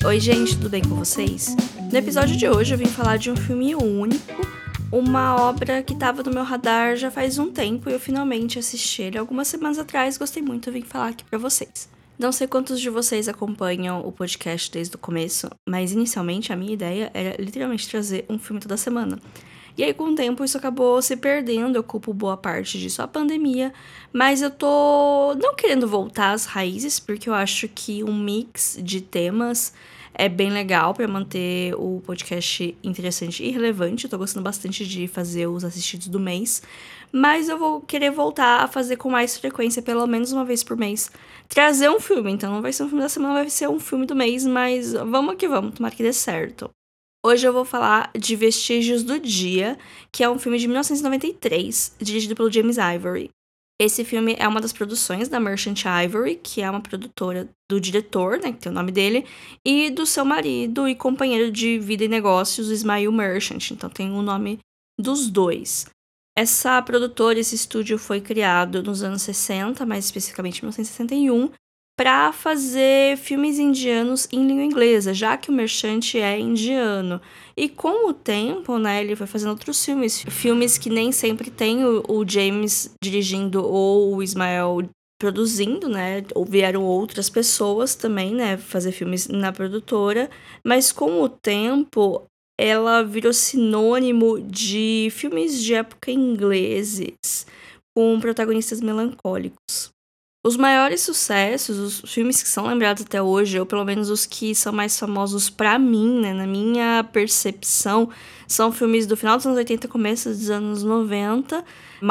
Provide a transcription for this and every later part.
Oi gente, tudo bem com vocês? No episódio de hoje eu vim falar de um filme único, uma obra que estava no meu radar já faz um tempo e eu finalmente assisti ele algumas semanas atrás, gostei muito, eu vim falar aqui pra vocês. Não sei quantos de vocês acompanham o podcast desde o começo, mas inicialmente a minha ideia era literalmente trazer um filme toda semana. E aí, com o tempo, isso acabou se perdendo, eu culpo boa parte disso a pandemia, mas eu tô não querendo voltar às raízes, porque eu acho que um mix de temas é bem legal pra manter o podcast interessante e relevante. Eu tô gostando bastante de fazer os assistidos do mês, mas eu vou querer voltar a fazer com mais frequência, pelo menos uma vez por mês, trazer um filme. Então não vai ser um filme da semana, vai ser um filme do mês, mas vamos que vamos, tomara que dê certo. Hoje eu vou falar de Vestígios do Dia, que é um filme de 1993, dirigido pelo James Ivory. Esse filme é uma das produções da Merchant Ivory, que é uma produtora do diretor, né, que tem o nome dele, e do seu marido e companheiro de vida e negócios, o Ismael Merchant. Então tem o nome dos dois. Essa produtora, esse estúdio foi criado nos anos 60, mais especificamente em 1961, para fazer filmes indianos em língua inglesa, já que o Merchant é indiano. E com o tempo, né, ele foi fazendo outros filmes que nem sempre tem o James dirigindo ou o Ismael produzindo, né, ou vieram outras pessoas também, né, fazer filmes na produtora, mas com o tempo ela virou sinônimo de filmes de época ingleses, com protagonistas melancólicos. Os maiores sucessos, os filmes que são lembrados até hoje, ou pelo menos os que são mais famosos pra mim, né, na minha percepção, são filmes do final dos anos 80 começo dos anos 90,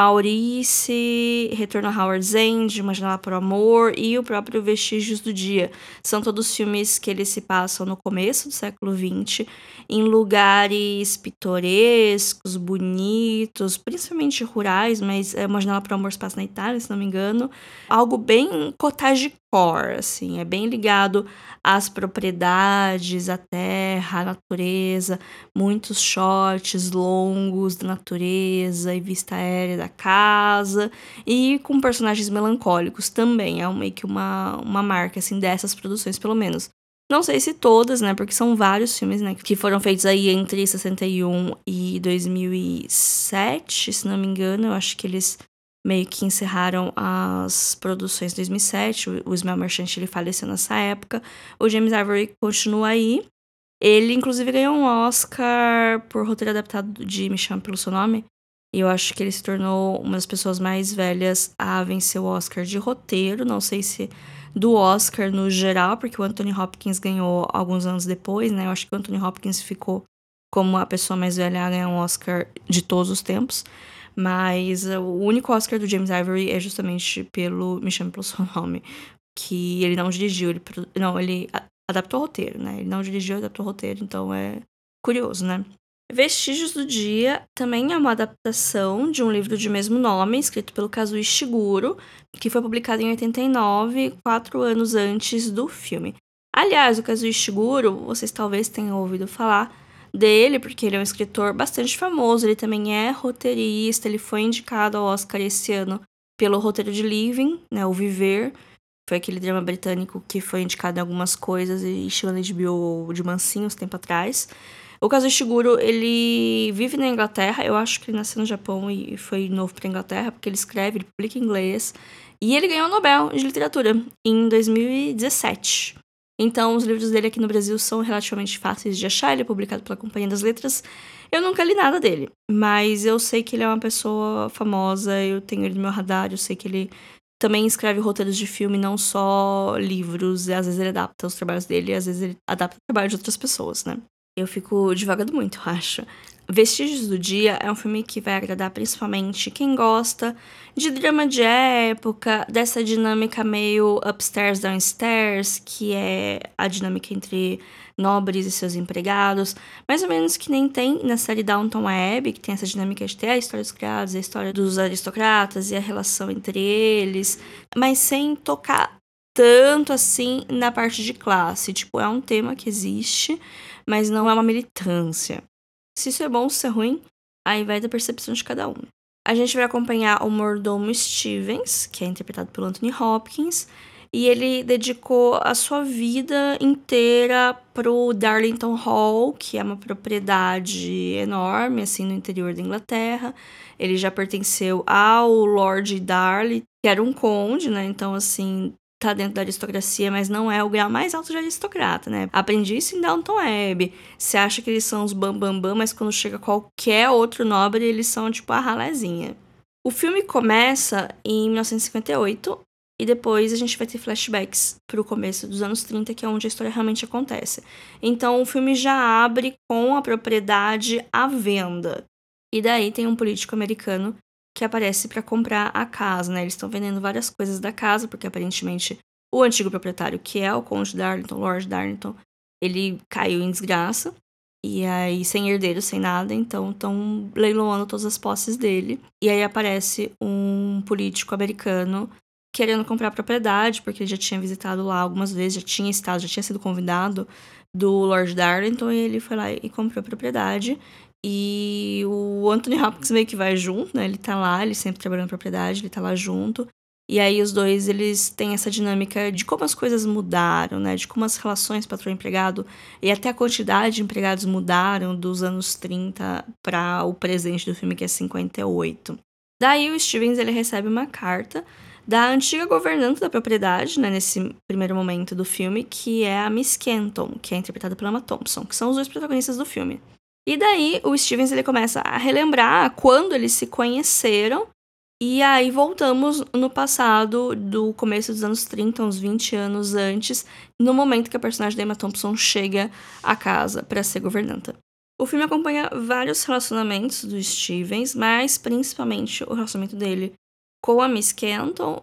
Maurice, Retorno a Howard's End, Uma Janela para o Amor e o próprio Vestígios do Dia. São todos filmes que eles se passam no começo do século XX, em lugares pitorescos, bonitos, principalmente rurais, mas Uma Janela para o Amor se passa na Itália, se não me engano. Algo bem cottagecore, assim, é bem ligado às propriedades, à terra, à natureza, muitos shots longos da natureza e vista aérea da casa, e com personagens melancólicos também, é meio que uma marca, assim, dessas produções, pelo menos. Não sei se todas, né, porque são vários filmes, né, que foram feitos aí entre 61 e 2007, se não me engano, eu acho que eles meio que encerraram as produções em 2007, o Ismael Merchant ele faleceu nessa época, o James Ivory continua aí, ele inclusive ganhou um Oscar por roteiro adaptado de Me Chame Pelo Seu Nome, e eu acho que ele se tornou uma das pessoas mais velhas a vencer o Oscar de roteiro, não sei se do Oscar no geral, porque o Anthony Hopkins ganhou alguns anos depois, né, eu acho que o Anthony Hopkins ficou como a pessoa mais velha a ganhar um Oscar de todos os tempos. Mas o único Oscar do James Ivory é justamente pelo Me Chame Pelo Seu Nome, que ele não dirigiu, ele adaptou o roteiro, né? Ele não dirigiu, adaptou o roteiro, então é curioso, né? Vestígios do Dia também é uma adaptação de um livro de mesmo nome, escrito pelo Kazuo Ishiguro, que foi publicado em 89, 4 anos antes do filme. Aliás, o Kazuo Ishiguro, vocês talvez tenham ouvido falar dele, porque ele é um escritor bastante famoso, ele também é roteirista, ele foi indicado ao Oscar esse ano pelo roteiro de Living, né, o Viver, foi aquele drama britânico que foi indicado em algumas coisas e chegou na HBO de mansinho uns tempo atrás. O Kazuo Ishiguro, ele vive na Inglaterra, eu acho que ele nasceu no Japão e foi novo pra Inglaterra, porque ele escreve, ele publica em inglês, e ele ganhou o Nobel de Literatura em 2017. Então, os livros dele aqui no Brasil são relativamente fáceis de achar, ele é publicado pela Companhia das Letras. Eu nunca li nada dele, mas eu sei que ele é uma pessoa famosa, eu tenho ele no meu radar, eu sei que ele também escreve roteiros de filme, não só livros, e às vezes ele adapta os trabalhos dele, e às vezes ele adapta o trabalho de outras pessoas, né? Eu fico divagando muito, eu acho. Vestígios do Dia é um filme que vai agradar principalmente quem gosta de drama de época, dessa dinâmica meio upstairs, downstairs, que é a dinâmica entre nobres e seus empregados, mais ou menos que nem tem na série Downton Abbey, que tem essa dinâmica de ter a história dos criados, a história dos aristocratas e a relação entre eles, mas sem tocar tanto assim na parte de classe. Tipo, é um tema que existe, mas não é uma militância. Se isso é bom ou se é ruim, aí vai da percepção de cada um. A gente vai acompanhar o mordomo Stevens, que é interpretado pelo Anthony Hopkins. e ele dedicou a sua vida inteira pro Darlington Hall, que é uma propriedade enorme, assim, no interior da Inglaterra. Ele já pertenceu ao Lord Darley, que era um conde, né? Então, assim, tá dentro da aristocracia, mas não é o grau mais alto de aristocrata, né? Aprendi isso em Downton Abbey. Você acha que eles são os bambambam, mas quando chega qualquer outro nobre, eles são, tipo, a ralezinha. O filme começa em 1958 e depois a gente vai ter flashbacks pro começo dos anos 30, que é onde a história realmente acontece. Então o filme já abre com a propriedade à venda. E daí tem um político americano que aparece para comprar a casa, né? Eles estão vendendo várias coisas da casa, porque aparentemente o antigo proprietário, que é o Conde Darlington, Lord Darlington, ele caiu em desgraça. E aí, sem herdeiro, sem nada, então estão leiloando todas as posses dele. E aí aparece um político americano querendo comprar a propriedade, porque ele já tinha visitado lá algumas vezes, já tinha sido convidado do Lord Darlington, e ele foi lá e comprou a propriedade. E o Anthony Hopkins meio que vai junto, né? Ele tá lá, ele sempre trabalhando na propriedade, ele tá lá junto. E aí os dois, eles têm essa dinâmica de como as coisas mudaram, né? De como as relações patrão-empregado e até a quantidade de empregados mudaram dos anos 30 para o presente do filme, que é 58. Daí o Stevens, ele recebe uma carta da antiga governanta da propriedade, né? Nesse primeiro momento do filme, que é a Miss Kenton, que é interpretada pela Emma Thompson, que são os dois protagonistas do filme. E daí o Stevens, ele começa a relembrar quando eles se conheceram. E aí voltamos no passado, do começo dos anos 30, uns 20 anos antes, no momento que a personagem da Emma Thompson chega à casa para ser governanta. O filme acompanha vários relacionamentos do Stevens, mas principalmente o relacionamento dele com a Miss Kenton,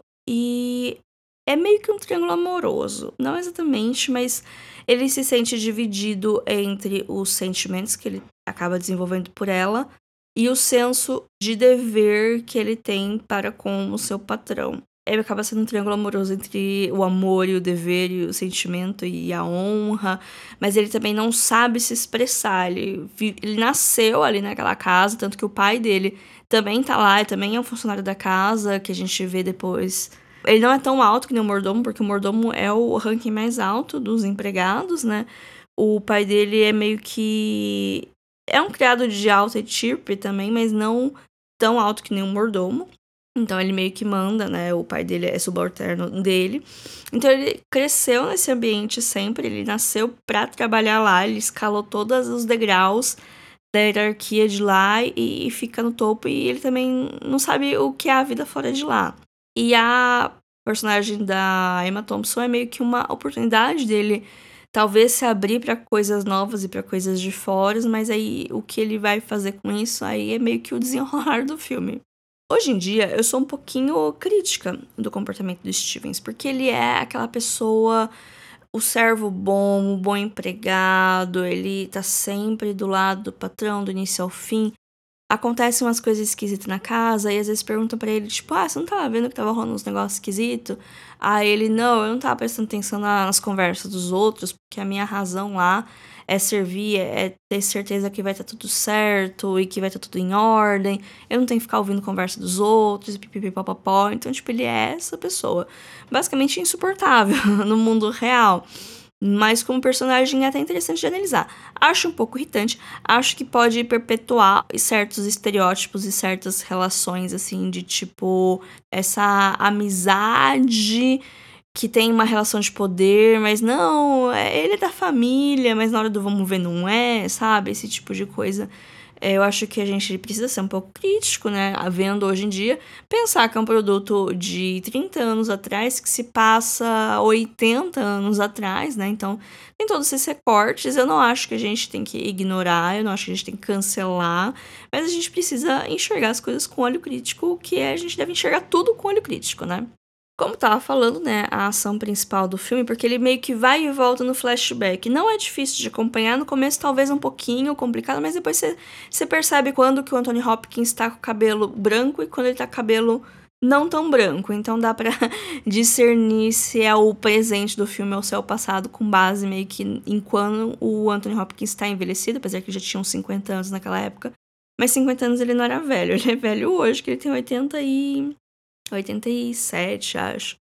e é meio que um triângulo amoroso. Não exatamente, mas ele se sente dividido entre os sentimentos que ele acaba desenvolvendo por ela e o senso de dever que ele tem para com o seu patrão. Ele acaba sendo um triângulo amoroso entre o amor e o dever e o sentimento e a honra, mas ele também não sabe se expressar. Ele nasceu ali naquela casa, tanto que o pai dele também tá lá, ele também é um funcionário da casa, que a gente vê depois. Ele não é tão alto que nem o mordomo, porque o mordomo é o ranking mais alto dos empregados, né? O pai dele é meio que... é um criado de alta estirpe também, mas não tão alto que nem um mordomo. Então ele meio que manda, né? O pai dele é subalterno dele. Então ele cresceu nesse ambiente sempre. Ele nasceu pra trabalhar lá. Ele escalou todos os degraus da hierarquia de lá e fica no topo. E ele também não sabe o que é a vida fora de lá. E a personagem da Emma Thompson é meio que uma oportunidade dele talvez se abrir para coisas novas e para coisas de fora, mas aí o que ele vai fazer com isso aí é meio que o desenrolar do filme. Hoje em dia, eu sou um pouquinho crítica do comportamento do Stevens, porque ele é aquela pessoa, o servo bom, o bom empregado, ele tá sempre do lado do patrão, do início ao fim. Acontecem umas coisas esquisitas na casa, e às vezes perguntam pra ele, tipo, você não tava vendo que tava rolando uns negócios esquisitos? Aí ele, não, eu não tava prestando atenção nas conversas dos outros, porque a minha razão lá é servir, é ter certeza que vai estar tudo certo e que vai estar tudo em ordem. Eu não tenho que ficar ouvindo conversa dos outros, pipipipopopó. Então, tipo, ele é essa pessoa. Basicamente insuportável no mundo real. Mas como personagem é até interessante de analisar. Acho um pouco irritante. Acho que pode perpetuar certos estereótipos e certas relações, assim, de tipo... essa amizade que tem uma relação de poder, mas não, ele é da família, mas na hora do vamos ver não é, sabe? Esse tipo de coisa. Eu acho que a gente precisa ser um pouco crítico, né? Vendo hoje em dia, pensar que é um produto de 30 anos atrás que se passa 80 anos atrás, né? Então, tem todos esses recortes. Eu não acho que a gente tem que ignorar, eu não acho que a gente tem que cancelar, mas a gente precisa enxergar as coisas com olho crítico, que a gente deve enxergar tudo com olho crítico, né? Como tava falando, né, a ação principal do filme, porque ele meio que vai e volta no flashback. Não é difícil de acompanhar, no começo talvez um pouquinho complicado, mas depois você percebe quando que o Anthony Hopkins tá com o cabelo branco e quando ele tá com o cabelo não tão branco. Então dá pra discernir se é o presente do filme ou se é o passado, com base meio que em quando o Anthony Hopkins tá envelhecido, apesar que já tinha uns 50 anos naquela época. Mas 50 anos ele não era velho, ele é velho hoje, que ele tem 87, acho.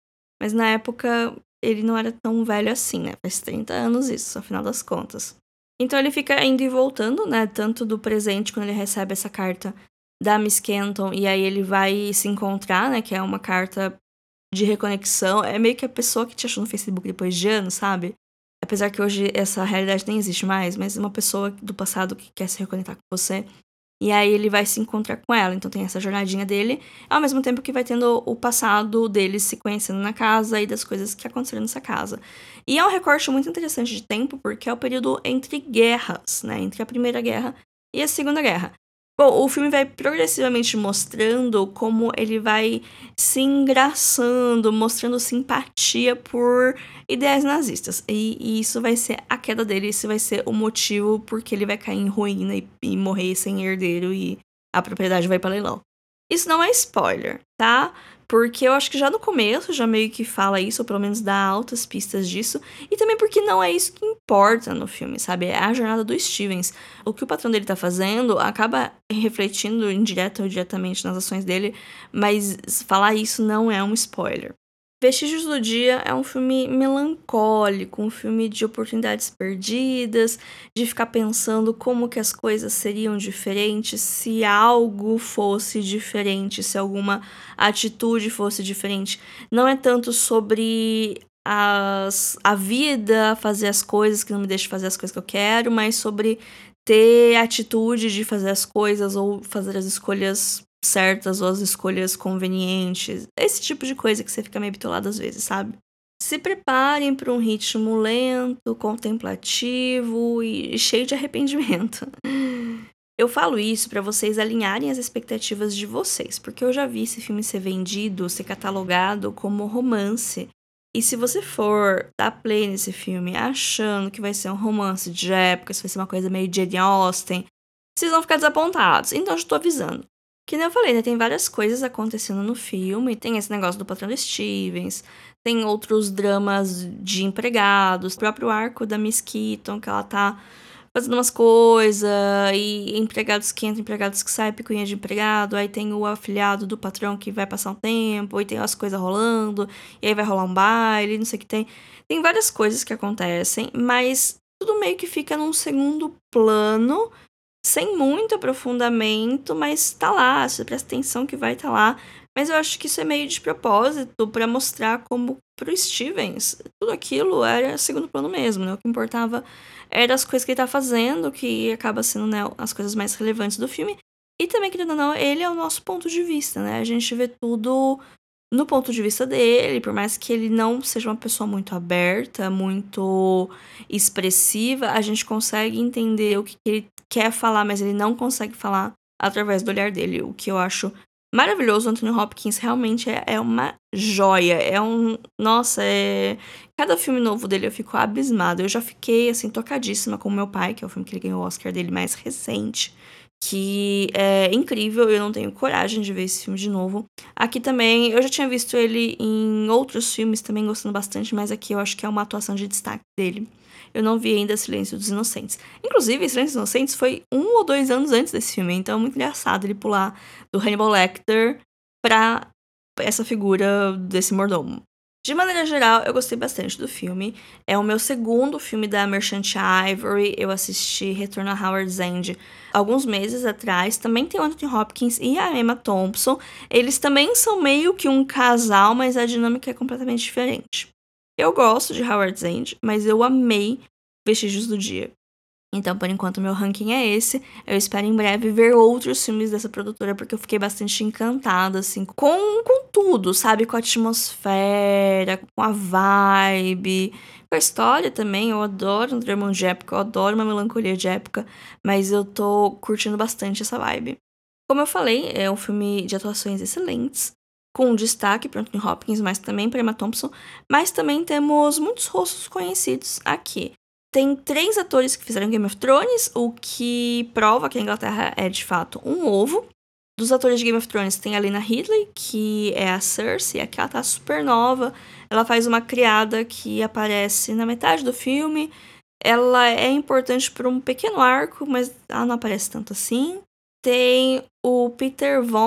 Mas na época ele não era tão velho assim, né? Faz 30 anos isso, afinal das contas. Então ele fica indo e voltando, né? Tanto do presente, quando ele recebe essa carta da Miss Kenton, e aí ele vai se encontrar, né? Que é uma carta de reconexão. É meio que a pessoa que te achou no Facebook depois de anos, sabe? Apesar que hoje essa realidade nem existe mais, mas uma pessoa do passado que quer se reconectar com você. E aí ele vai se encontrar com ela. Então tem essa jornadinha dele, ao mesmo tempo que vai tendo o passado deles se conhecendo na casa e das coisas que aconteceram nessa casa. E é um recorte muito interessante de tempo, porque é o período entre guerras, né? Entre a Primeira Guerra e a Segunda Guerra. Bom, o filme vai progressivamente mostrando como ele vai se engraçando, mostrando simpatia por ideias nazistas. E isso vai ser a queda dele, isso vai ser o motivo porque ele vai cair em ruína e morrer sem herdeiro e a propriedade vai para leilão. Isso não é spoiler, tá? Porque eu acho que já no começo já meio que fala isso, ou pelo menos dá altas pistas disso. E também porque não é isso que importa no filme, sabe? É a jornada do Stevens. O que o patrão dele tá fazendo acaba refletindo indireto ou diretamente nas ações dele, mas falar isso não é um spoiler. Vestígios do Dia é um filme melancólico, um filme de oportunidades perdidas, de ficar pensando como que as coisas seriam diferentes se algo fosse diferente, se alguma atitude fosse diferente. Não é tanto sobre a vida, fazer as coisas que não me deixam fazer as coisas que eu quero, mas sobre ter atitude de fazer as coisas ou fazer as escolhas certas ou as escolhas convenientes. Esse tipo de coisa que você fica meio bitolado às vezes, sabe? Se preparem para um ritmo lento, contemplativo e cheio de arrependimento. Eu falo isso para vocês alinharem as expectativas de vocês, porque eu já vi esse filme ser vendido, ser catalogado como romance. E se você for dar play nesse filme achando que vai ser um romance de época, se vai ser uma coisa meio Jane Austen, vocês vão ficar desapontados. Então eu já tô avisando. Que nem eu falei, né? Tem várias coisas acontecendo no filme. Tem esse negócio do patrão Stevens. Tem outros dramas de empregados. O próprio arco da Miss Keaton, que ela tá fazendo umas coisas. E empregados que entram, empregados que saem, picuinha de empregado. Aí tem o afilhado do patrão que vai passar um tempo. E tem as coisas rolando. E aí vai rolar um baile, não sei o que tem. Tem várias coisas que acontecem. Mas tudo meio que fica num segundo plano, sem muito aprofundamento, mas tá lá, você presta atenção que vai tá lá. Mas eu acho que isso é meio de propósito para mostrar como pro Stevens tudo aquilo era segundo plano mesmo, né? O que importava era as coisas que ele tá fazendo, que acaba sendo, né, as coisas mais relevantes do filme. E também, querendo ou não, ele é o nosso ponto de vista, né? A gente vê tudo no ponto de vista dele, por mais que ele não seja uma pessoa muito aberta, muito expressiva, a gente consegue entender o que ele quer falar, mas ele não consegue falar através do olhar dele, o que eu acho maravilhoso. O Anthony Hopkins realmente é uma joia, é um... Nossa, cada filme novo dele eu fico abismada. Eu já fiquei, assim, tocadíssima com Meu Pai, que é o filme que ele ganhou o Oscar dele mais recente, que é incrível, eu não tenho coragem de ver esse filme de novo. Aqui também, eu já tinha visto ele em outros filmes, também gostando bastante, mas aqui eu acho que é uma atuação de destaque dele. Eu não vi ainda Silêncio dos Inocentes. Inclusive, Silêncio dos Inocentes foi 1 ou 2 anos antes desse filme, então é muito engraçado ele pular do Hannibal Lecter pra essa figura desse mordomo. De maneira geral, eu gostei bastante do filme. É o meu segundo filme da Merchant Ivory. Eu assisti Retorno a Howard's End alguns meses atrás. Também tem o Anthony Hopkins e a Emma Thompson. Eles também são meio que um casal, mas a dinâmica é completamente diferente. Eu gosto de Howard's End, mas eu amei Vestígios do Dia. Então, por enquanto, meu ranking é esse. Eu espero em breve ver outros filmes dessa produtora, porque eu fiquei bastante encantada, assim, com tudo, sabe? Com a atmosfera, com a vibe, com a história também. Eu adoro um drama de época, eu adoro uma melancolia de época, mas eu tô curtindo bastante essa vibe. Como eu falei, é um filme de atuações excelentes, com um destaque para Anthony Hopkins, mas também para Emma Thompson, mas também temos muitos rostos conhecidos aqui. Tem 3 atores que fizeram Game of Thrones, o que prova que a Inglaterra é, de fato, um ovo. Dos atores de Game of Thrones tem a Lena Headey, que é a Cersei, aqui ela tá super nova. Ela faz uma criada que aparece na metade do filme. Ela é importante por um pequeno arco, mas ela não aparece tanto assim. Tem o Peter Von,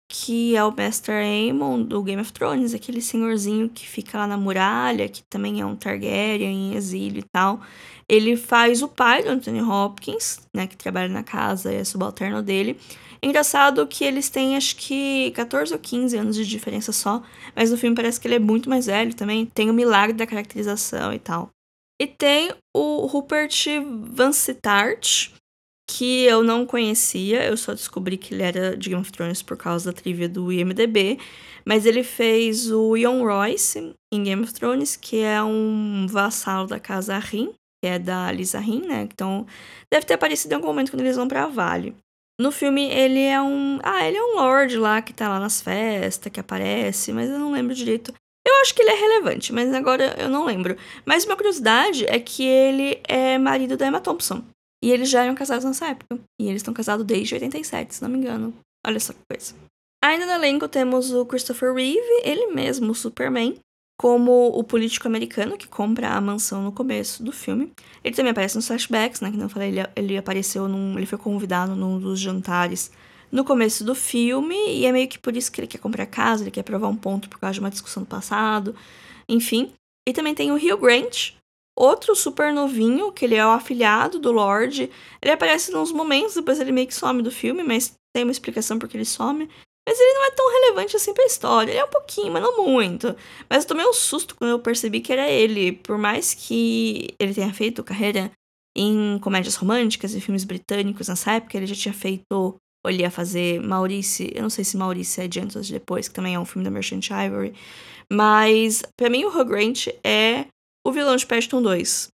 que é o Master Aemon do Game of Thrones, aquele senhorzinho que fica lá na muralha, que também é um Targaryen em exílio e tal. Ele faz o pai do Anthony Hopkins, né, que trabalha na casa e é subalterno dele. Engraçado que eles têm, acho que 14 ou 15 anos de diferença só, mas no filme parece que ele é muito mais velho também. Tem o milagre da caracterização e tal. E tem o Rupert Vansittart, que eu não conhecia, eu só descobri que ele era de Game of Thrones por causa da trivia do IMDb, mas ele fez o Euron Royce em Game of Thrones, que é um vassalo da casa Arryn, que é da Lisa Arryn, né? Então, deve ter aparecido em algum momento quando eles vão pra Vale. No filme, ele é um lord lá, que tá lá nas festas, que aparece, mas eu não lembro direito. Eu acho que ele é relevante, mas agora eu não lembro. Mas uma curiosidade é que ele é marido da Emma Thompson. E eles já eram casados nessa época. E eles estão casados desde 87, se não me engano. Olha só que coisa. Ainda no elenco temos o Christopher Reeve, ele mesmo, o Superman, como o político americano que compra a mansão no começo do filme. Ele também aparece nos flashbacks, né? Que não eu falei, ele apareceu ele foi convidado num dos jantares no começo do filme. E é meio que por isso que ele quer comprar a casa, ele quer provar um ponto por causa de uma discussão do passado. Enfim. E também tem o Hugh Grant, outro super novinho, que ele é o afilhado do Lorde. Ele aparece nos momentos, depois ele meio que some do filme, mas tem uma explicação por que ele some. Mas ele não é tão relevante assim pra história. Ele é um pouquinho, mas não muito. Mas eu tomei um susto quando eu percebi que era ele. Por mais que ele tenha feito carreira em comédias românticas e filmes britânicos nessa época, ele já tinha feito... Ou ele ia fazer Maurice... Eu não sei se Maurice é de antes ou de depois, que também é um filme da Merchant Ivory. Mas, pra mim, o Hugh Grant é o vilão de Paddington 2.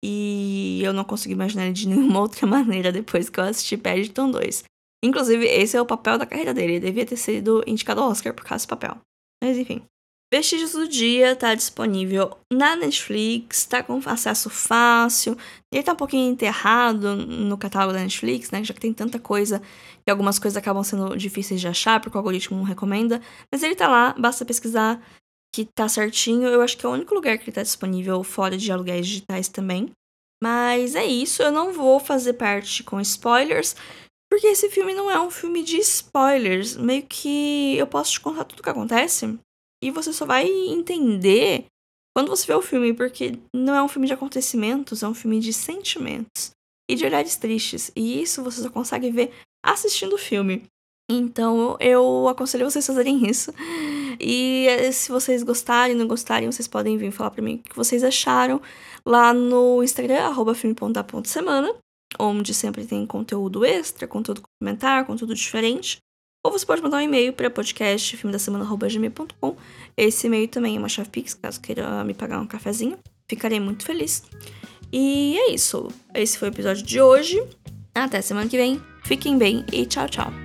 E eu não consigo imaginar ele de nenhuma outra maneira depois que eu assisti Paddington 2. Inclusive, esse é o papel da carreira dele. Ele devia ter sido indicado ao Oscar por causa desse papel. Mas enfim. Vestígios do Dia tá disponível na Netflix, tá com acesso fácil. Ele tá um pouquinho enterrado no catálogo da Netflix, né? Já que tem tanta coisa que algumas coisas acabam sendo difíceis de achar porque o algoritmo não recomenda. Mas ele tá lá, basta pesquisar que tá certinho. Eu acho que é o único lugar que ele tá disponível fora de aluguéis digitais também. Mas é isso, eu não vou fazer parte com spoilers, porque esse filme não é um filme de spoilers. Meio que eu posso te contar tudo o que acontece e você só vai entender quando você vê o filme, porque não é um filme de acontecimentos, é um filme de sentimentos e de olhares tristes. E isso você só consegue ver assistindo o filme. Então eu aconselho vocês a fazerem isso. E se vocês gostarem, não gostarem, vocês podem vir falar pra mim o que vocês acharam lá no Instagram, @filme.da.semana, onde sempre tem conteúdo extra, conteúdo complementar, conteúdo diferente. Ou você pode mandar um e-mail para podcastfilmedasemana@gmail.com. Esse e-mail também é uma chave Pix, caso queira me pagar um cafezinho. Ficarei muito feliz. E é isso. Esse foi o episódio de hoje. Até semana que vem. Fiquem bem e tchau, tchau.